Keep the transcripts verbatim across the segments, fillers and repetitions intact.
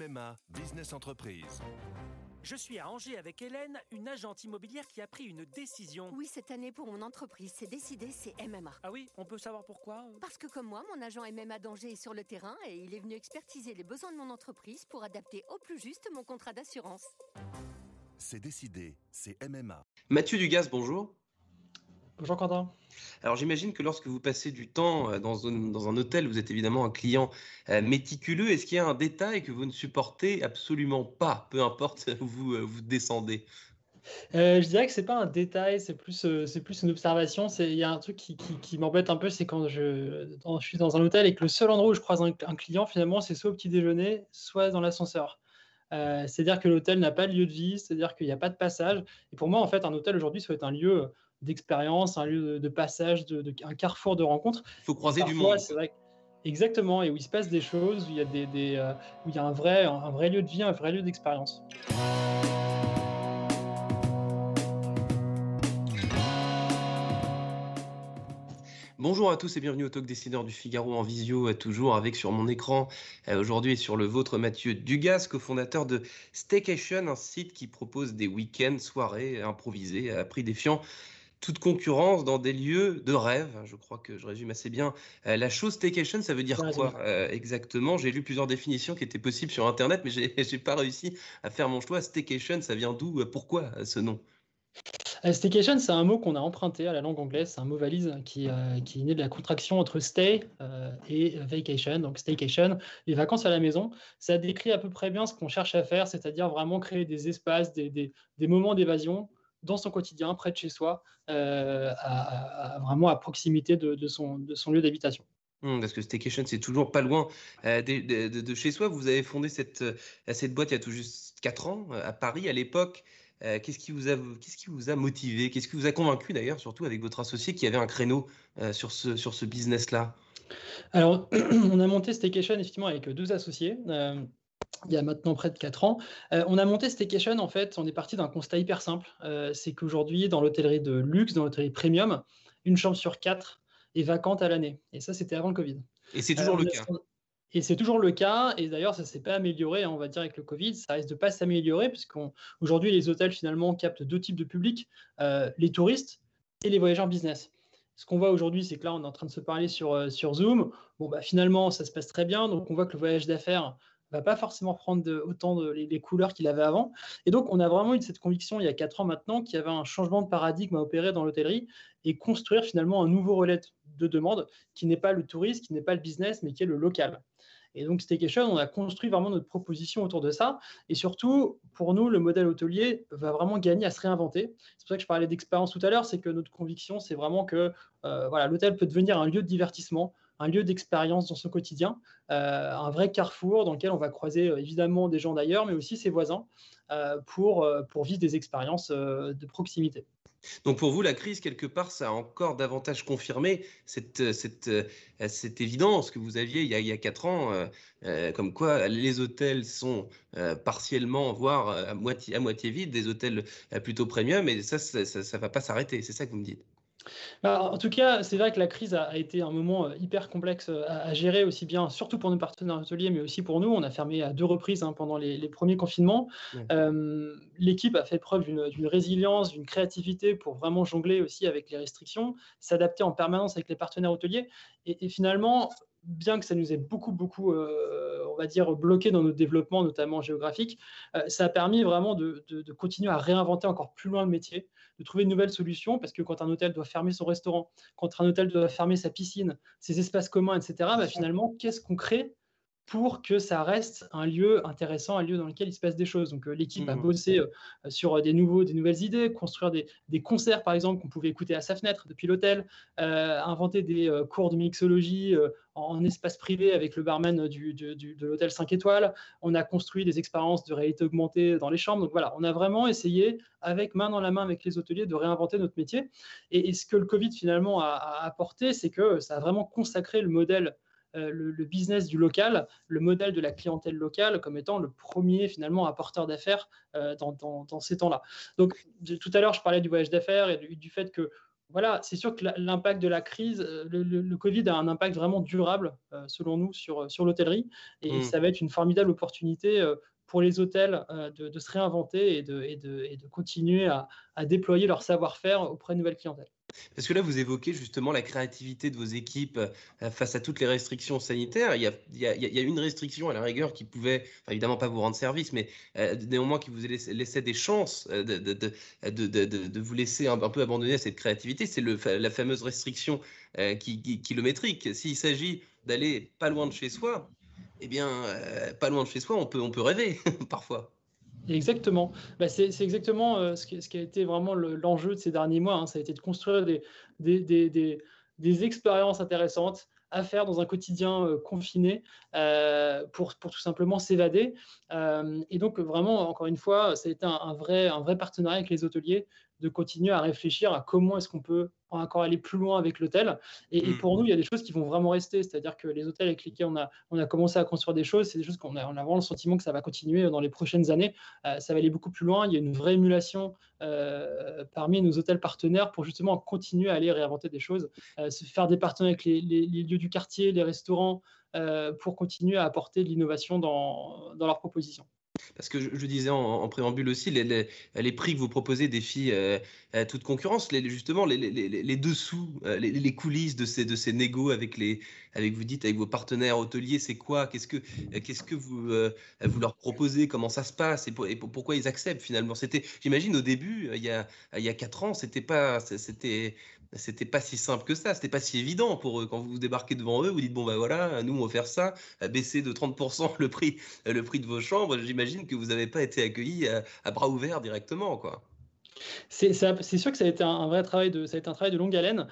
M M A Business Entreprise. Je suis à Angers avec Hélène, une agente immobilière qui a pris une décision. Oui, cette année pour mon entreprise, c'est décidé, c'est M M A. Ah oui, on peut savoir pourquoi? Parce que comme moi, mon agent M M A d'Angers est sur le terrain et il est venu expertiser les besoins de mon entreprise pour adapter au plus juste mon contrat d'assurance. C'est décidé, c'est M M A. Mathieu Dugas, bonjour. Bonjour Quentin. Alors j'imagine que lorsque vous passez du temps dans un, dans un hôtel, vous êtes évidemment un client euh, méticuleux. Est-ce qu'il y a un détail que vous ne supportez absolument pas, peu importe où vous, euh, vous descendez? Euh, je dirais que c'est pas un détail, c'est plus, euh, c'est plus une observation. C'est, il y a un truc qui, qui, qui m'embête un peu, c'est quand je, dans- je suis dans un hôtel et que le seul endroit où je croise un, un client, finalement, c'est soit au petit déjeuner, soit dans l'ascenseur. Euh, c'est-à-dire que l'hôtel n'a pas de lieu de vie, c'est-à-dire qu'il n'y a pas de passage. Et pour moi, en fait, un hôtel aujourd'hui, ça doit être un lieu d'expérience, un lieu de, de passage, de, de- un carrefour de rencontres. Il faut croiser du Parfois, monde. c'est vrai que- exactement, et où il se passe des choses, où il y a des, des, euh, où il y a un vrai, un vrai lieu de vie, un vrai lieu d'expérience. Bonjour à tous et bienvenue au Talk Décideur du Figaro en visio, euh, toujours avec sur mon écran euh, aujourd'hui et sur le vôtre Mathieu Dugas, cofondateur de Staycation, un site qui propose des week-ends, soirées improvisées à prix défiant toute concurrence dans des lieux de rêve. Je crois que je résume assez bien euh, la chose. Staycation, ça veut dire Bien quoi résumé. euh, exactement? J'ai lu plusieurs définitions qui étaient possibles sur Internet, mais j'ai j'ai pas réussi à faire mon choix. Staycation, ça vient d'où? Euh, Pourquoi euh, ce nom? Euh, Staycation, c'est un mot qu'on a emprunté à la langue anglaise, c'est un mot valise qui, euh, qui est né de la contraction entre stay euh, et vacation, donc staycation, les vacances à la maison. Ça décrit à peu près bien ce qu'on cherche à faire, c'est-à-dire vraiment créer des espaces, des, des, des moments d'évasion dans son quotidien, près de chez soi, euh, à, à- vraiment à proximité de, de son, de son lieu d'habitation. Hmm, parce que Staycation, c'est toujours pas loin euh, de, de- de- de chez soi. Vous avez fondé cette, euh, cette boîte il y a tout juste quatre ans euh, à Paris. À l'époque, euh, qu'est-ce qui vous a, qu'est-ce qui vous a motivé? Qu'est-ce qui vous a convaincu d'ailleurs, surtout avec votre associé qui avait un créneau euh, sur ce, sur ce business-là? Alors, on a monté Staycation effectivement avec deux associés. Euh, il y a maintenant près de quatre ans. Euh, on a monté Staycation, en fait, on est parti d'un constat hyper simple. Euh, c'est qu'aujourd'hui, dans l'hôtellerie de luxe, dans l'hôtellerie premium, une chambre sur quatre est vacante à l'année. Et ça, c'était avant le Covid. Et c'est Euh, toujours on le a- cas. et c'est toujours le cas. Et d'ailleurs, ça ne s'est pas amélioré, hein, on va dire, avec le Covid. Ça risque de pas s'améliorer, puisqu'aujourd'hui, les hôtels, finalement, captent deux types de publics, euh, les touristes et les voyageurs business. Ce qu'on voit aujourd'hui, c'est que là, on est en train de se parler sur, euh, sur Zoom. Bon, bah, finalement, ça se passe très bien. Donc, on voit que le voyage d'affaires va pas forcément prendre de, autant de, les, les couleurs qu'il avait avant. Et donc, on a vraiment eu cette conviction il y a quatre ans maintenant qu'il y avait un changement de paradigme à opérer dans l'hôtellerie et construire finalement un nouveau relais de demande qui n'est pas le touriste, qui n'est pas le business, mais qui est le local. Et donc, Staycation, on a construit vraiment notre proposition autour de ça. Et surtout, pour nous, le modèle hôtelier va vraiment gagner à se réinventer. C'est pour ça que je parlais d'expérience tout à l'heure, c'est que notre conviction, c'est vraiment que euh, voilà, l'hôtel peut devenir un lieu de divertissement, un lieu d'expérience dans son quotidien, euh, un vrai carrefour dans lequel on va croiser euh, évidemment des gens d'ailleurs, mais aussi ses voisins, euh, pour, euh, pour vivre des expériences euh, de proximité. Donc pour vous, la crise, quelque part, ça a encore davantage confirmé cette, cette, euh, cette évidence que vous aviez il y a, il y a quatre ans, euh, euh, comme quoi les hôtels sont euh, partiellement, voire euh, à moitié, à moitié vides, des hôtels euh, plutôt premium, et ça, ça, ça, ça va pas s'arrêter. C'est ça que vous me dites. Bah, en tout cas, c'est vrai que la crise a, a été un moment euh, hyper complexe euh, à, à gérer, aussi bien, surtout pour nos partenaires hôteliers, mais aussi pour nous. On a fermé à deux reprises hein, pendant les, les premiers confinements. Ouais. Euh, l'équipe a fait preuve d'une d'une résilience, d'une créativité pour vraiment jongler aussi avec les restrictions, s'adapter en permanence avec les partenaires hôteliers. Et, et finalement, bien que ça nous ait beaucoup, beaucoup, euh, on va dire, bloqué dans notre développement, notamment géographique, euh, ça a permis vraiment de, de, de continuer à réinventer encore plus loin le métier, de trouver de nouvelles solutions, parce que quand un hôtel doit fermer son restaurant, quand un hôtel doit fermer sa piscine, ses espaces communs, et cetera, bah, finalement, qu'est-ce qu'on crée pour que ça reste un lieu intéressant, un lieu dans lequel il se passe des choses. Donc euh, l'équipe a Mmh. bossé euh, sur des, nouveaux, des nouvelles idées, construire des, des concerts, par exemple, qu'on pouvait écouter à sa fenêtre depuis l'hôtel, euh, inventer des euh, cours de mixologie euh, en, en espace privé avec le barman du, du, du, de l'hôtel cinq étoiles. On a construit des expériences de réalité augmentée dans les chambres. Donc voilà, on a vraiment essayé, avec main dans la main avec les hôteliers, de réinventer notre métier. Et, et ce que le Covid finalement a, a apporté, c'est que ça a vraiment consacré le modèle euh, le, le business du local, le modèle de la clientèle locale comme étant le premier finalement apporteur d'affaires euh, dans, dans, dans ces temps-là. Donc de, tout à l'heure, je parlais du voyage d'affaires et du, du fait que Voilà, c'est sûr que la- l'impact de la crise, euh, le, le- le Covid a un impact vraiment durable, euh, selon nous, sur, sur l'hôtellerie. Et, et Mmh. ça va être une formidable opportunité euh, pour les hôtels euh, de, de se réinventer et de, et de, et de continuer à, à déployer leur savoir-faire auprès de nouvelles clientèles. Parce que là, vous évoquez justement la créativité de vos équipes euh, face à toutes les restrictions sanitaires. Il y a, il y a- il y a une restriction à la rigueur qui pouvait, enfin, évidemment pas vous rendre service, mais euh, néanmoins qui vous laissait, laissait des chances euh, de, de, de, de, de- de- de vous laisser un, un peu abandonner à cette créativité. C'est le, fa- la fameuse restriction euh, qui, qui- kilométrique. S'il s'agit d'aller pas loin de chez soi, eh bien, euh, pas loin de chez soi, on peut, on peut rêver parfois. Exactement. Bah, c'est c'est exactement euh, ce qui, ce qui a été vraiment le- l'enjeu de ces derniers mois, hein. Ça a été de construire des, des, des, des- des expériences intéressantes à faire dans un quotidien euh, confiné euh, pour, pour tout simplement s'évader. Euh, et donc, vraiment, encore une fois, ça a été un, un vrai, un vrai partenariat avec les hôteliers de continuer à réfléchir à comment est-ce qu'on peut encore aller plus loin avec l'hôtel. Et, et Mm. pour nous, il y a des choses qui vont vraiment rester. C'est-à-dire que les hôtels avec lesquels on a, on a commencé à construire des choses, c'est des choses qu'on a, on a vraiment le sentiment que ça va continuer dans les prochaines années. Euh, ça va aller beaucoup plus loin. Il y a une vraie émulation euh, parmi nos hôtels partenaires pour justement continuer à aller réinventer des choses, euh, se faire des partenariats avec les, les- les lieux du quartier, les restaurants, euh, pour continuer à apporter de l'innovation dans, dans leurs propositions. Parce que je, je disais en, en préambule aussi, les, les, les prix que vous proposez défient euh, euh, toute concurrence. Les, justement, les, les, les, les dessous, euh, les, les coulisses de ces, de ces négos avec les, avec vous dites, avec vos partenaires hôteliers, c'est quoi? Qu'est-ce que, euh, qu'est-ce que vous, euh, vous leur proposez? Comment ça se passe? Et, pour- et pour- pourquoi ils acceptent finalement? C'était, j'imagine, au début, euh, il y a, il y a quatre ans, c'était pas, c'était, c'était pas si simple que ça. C'était pas si évident pour eux. Quand vous débarquez devant eux, vous dites, bon, bah voilà, nous, on va faire ça, euh, baisser de trente pour cent le prix le prix de vos chambres, j'imagine que vous n'avez pas été accueillis à, à bras ouverts directement, quoi. C'est ça- c'est sûr que ça a été un, un vrai travail de, ça a été un travail de longue haleine.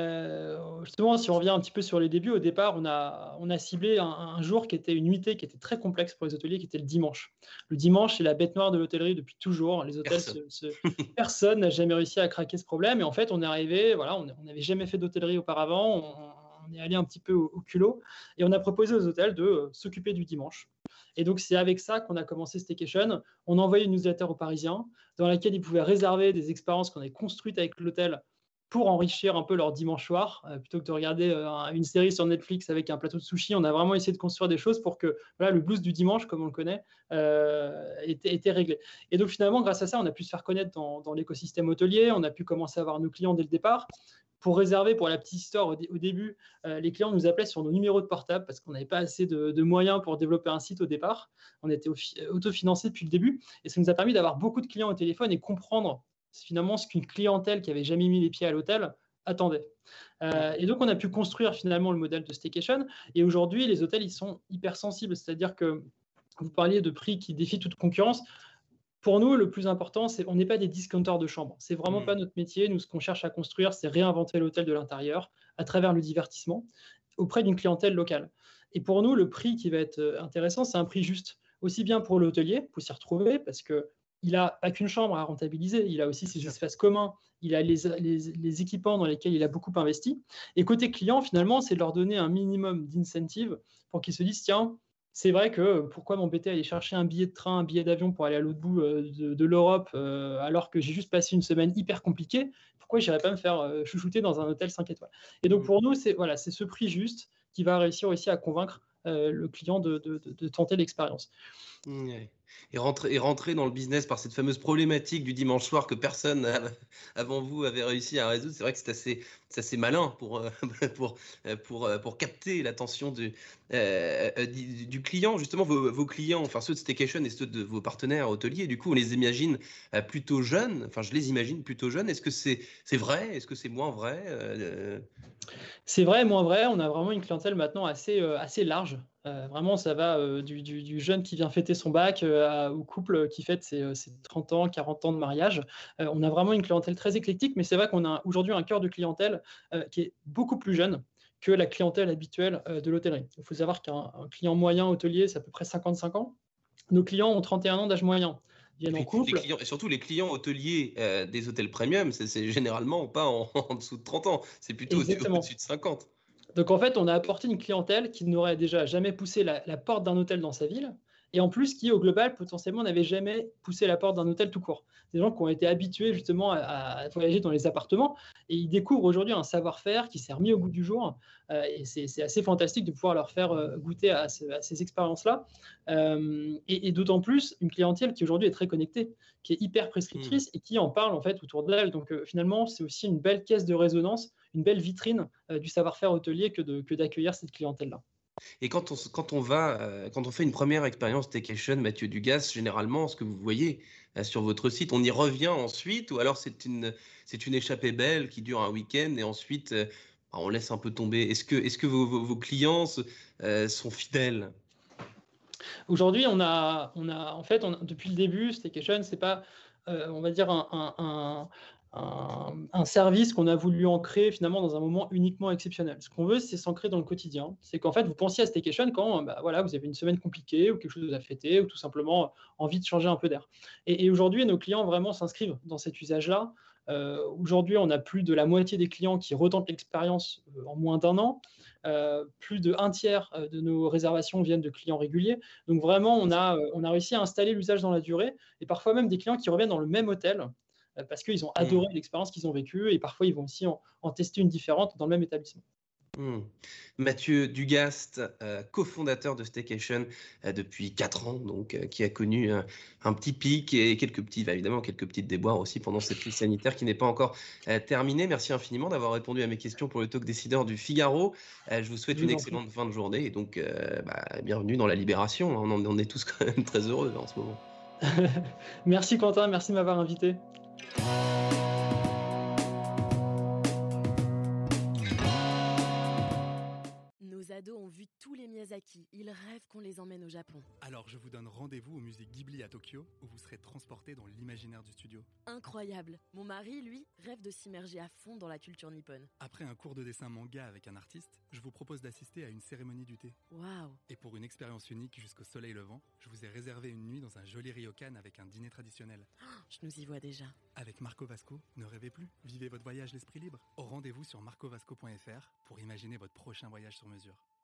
Euh, justement, si on revient un petit peu sur les débuts, au départ, on a, on a ciblé un, un jour qui était une nuitée qui était très complexe pour les hôteliers, qui était le dimanche. Le dimanche, c'est la bête noire de l'hôtellerie depuis toujours. Les hôtels, Personne. se, se- personne n'a jamais réussi à craquer ce problème. Et en fait, on est arrivé, voilà, on on n'avait jamais fait d'hôtellerie auparavant. On, on est allé un petit peu au, au culot et on a proposé aux hôtels de euh, s'occuper du dimanche. Et donc, c'est avec ça qu'on a commencé Staycation. On a envoyé une newsletter aux Parisiens dans laquelle ils pouvaient réserver des expériences qu'on avait construites avec l'hôtel pour enrichir un peu leur dimanche soir, euh, plutôt que de regarder euh, une série sur Netflix avec un plateau de sushi. On a vraiment essayé de construire des choses pour que voilà, le blues du dimanche, comme on le connaît, euh, était, était réglé. Et donc finalement, grâce à ça, on a pu se faire connaître dans, dans l'écosystème hôtelier, on a pu commencer à avoir nos clients dès le départ. Pour réserver, pour la petite histoire, au, dé- au début, euh, les clients nous appelaient sur nos numéros de portable parce qu'on n'avait pas assez de, de moyens pour développer un site au départ. On était autofinancé depuis le début. Et ça nous a permis d'avoir beaucoup de clients au téléphone et comprendre finalement ce qu'une clientèle qui avait jamais mis les pieds à l'hôtel attendait. Euh, et donc, on a pu construire finalement le modèle de Staycation. Et aujourd'hui, les hôtels, ils sont hypersensibles. C'est-à-dire que vous parliez de prix qui défient toute concurrence. Pour nous, le plus important, c'est on n'est pas des discounters de chambre. C'est vraiment Mm. pas notre métier. Nous, ce qu'on cherche à construire, c'est réinventer l'hôtel de l'intérieur à travers le divertissement auprès d'une clientèle locale. Et pour nous, le prix qui va être euh, intéressant, c'est un prix juste, aussi bien pour l'hôtelier, pour s'y retrouver, parce que il n'a pas qu'une chambre à rentabiliser, il a aussi ses espaces communs, il a les, les, les équipements dans lesquels il a beaucoup investi. Et côté client, finalement, c'est de leur donner un minimum d'incentive pour qu'ils se disent, tiens, c'est vrai que pourquoi m'embêter à aller chercher un billet de train, un billet d'avion pour aller à l'autre bout euh, de, de l'Europe euh, alors que j'ai juste passé une semaine hyper compliquée. Pourquoi je n'irais pas me faire euh, chouchouter dans un hôtel cinq étoiles? Et donc pour nous, c'est voilà, c'est ce prix juste qui va réussir aussi à convaincre euh, le client de, de, de, de tenter l'expérience. Ouais. Et rentrer, et rentrer dans le business par cette fameuse problématique du dimanche soir que personne av- avant vous avait réussi à résoudre, c'est vrai que c'est assez, c'est assez malin pour, euh, pour, euh, pour, euh, pour capter l'attention du, euh, euh, du, du client. Justement, vos, vos clients, enfin ceux de Staycation et ceux de vos partenaires hôteliers, du coup, on les imagine euh, plutôt jeunes. Enfin, je les imagine plutôt jeunes. Est-ce que c'est, c'est vrai? Est-ce que c'est moins vrai? Euh, C'est vrai, moins vrai. On a vraiment une clientèle maintenant assez, euh, assez large. Euh, vraiment, ça va euh, du, du- du jeune qui vient fêter son bac euh, à- au couple qui fête ses, euh, ses trente ans, quarante ans de mariage. Euh, on a vraiment une clientèle très éclectique, mais c'est vrai qu'on a aujourd'hui un cœur de clientèle euh, qui est beaucoup plus jeune que la clientèle habituelle euh, de l'hôtellerie. Il faut savoir qu'un un client moyen hôtelier, c'est à peu près cinquante-cinq ans. Nos clients ont trente et un ans d'âge moyen. Ils Et viennent en puis les couple. clients, et surtout les clients hôteliers euh, des hôtels premium, c'est c'est généralement pas en, en dessous de trente ans, c'est plutôt au- au-dessus Exactement. de cinquante. Donc en fait, on a apporté une clientèle qui n'aurait déjà jamais poussé la, la porte d'un hôtel dans sa ville et en plus qui, au global, potentiellement, n'avaient jamais poussé la porte d'un hôtel tout court. Des gens qui ont été habitués justement à, à voyager dans les appartements, et ils découvrent aujourd'hui un savoir-faire qui s'est remis au goût du jour, euh, et c'est, c'est assez fantastique de pouvoir leur faire euh, goûter à, ce, à ces expériences-là, euh, et, et d'autant plus une clientèle qui aujourd'hui est très connectée, qui est hyper prescriptrice mmh. et qui en parle en fait autour d'elle. Donc euh, finalement, c'est aussi une belle caisse de résonance, une belle vitrine euh, du savoir-faire hôtelier que, de, que d'accueillir cette clientèle-là. Et quand on, quand on va, euh, quand on fait une première expérience staycation, Mathieu Dugas, généralement, ce que vous voyez euh, sur votre site, on y revient ensuite, ou alors c'est une, c'est une échappée belle qui dure un week-end et ensuite euh, on laisse un peu tomber. Est-ce que, est-ce que vos, vos, vos clients euh, sont fidèles? Aujourd'hui, on a, on a, en fait, on a, depuis le début, Staycation, c'est pas, euh, on va dire, un, un, un Un, un service qu'on a voulu ancrer finalement dans un moment uniquement exceptionnel. Ce qu'on veut, c'est s'ancrer dans le quotidien. C'est qu'en fait, vous pensiez à Staycation quand bah, voilà, vous avez une semaine compliquée ou quelque chose à fêter ou tout simplement envie de changer un peu d'air. Et, et aujourd'hui, nos clients vraiment s'inscrivent dans cet usage-là. Euh, aujourd'hui, on a plus de la moitié des clients qui retentent l'expérience euh, en moins d'un an. Euh, plus de un tiers de nos réservations viennent de clients réguliers. Donc vraiment, on a, on a réussi à installer l'usage dans la durée et parfois même des clients qui reviennent dans le même hôtel parce qu'ils ont adoré mmh. l'expérience qu'ils ont vécue et parfois ils vont aussi en, en tester une différente dans le même établissement. Mmh. Mathieu Dugast, euh, cofondateur de Staycation euh, depuis quatre ans, donc euh, qui a connu un, un petit pic et quelques petits, bah, évidemment quelques petites déboires aussi pendant cette crise sanitaire qui n'est pas encore euh, terminée. Merci infiniment d'avoir répondu à mes questions pour le talk décideur du Figaro. Euh, je vous souhaite je une excellente fin de journée et donc euh, bah, bienvenue dans la Libération. On, en, on est tous quand même très heureux en ce moment. Merci Quentin, merci de m'avoir invité. Nos ados ont vu tous les Miyazaki. Ils rêvent qu'on les emmène au Japon. Alors je vous donne rendez-vous au musée Ghibli à Tokyo, où vous serez transportés dans l'imaginaire du studio. Incroyable. Mon mari, lui, rêve de s'immerger à fond dans la culture nippone. Après un cours de dessin manga avec un artiste, je vous propose d'assister à une cérémonie du thé. Waouh. Et pour une expérience unique jusqu'au soleil levant, je vous ai réservé une nuit dans un joli ryokan avec un dîner traditionnel. Oh, je nous y vois déjà. Avec Marco Vasco, ne rêvez plus, vivez votre voyage l'esprit libre. Au rendez-vous sur marco vasco point f r pour imaginer votre prochain voyage sur mesure.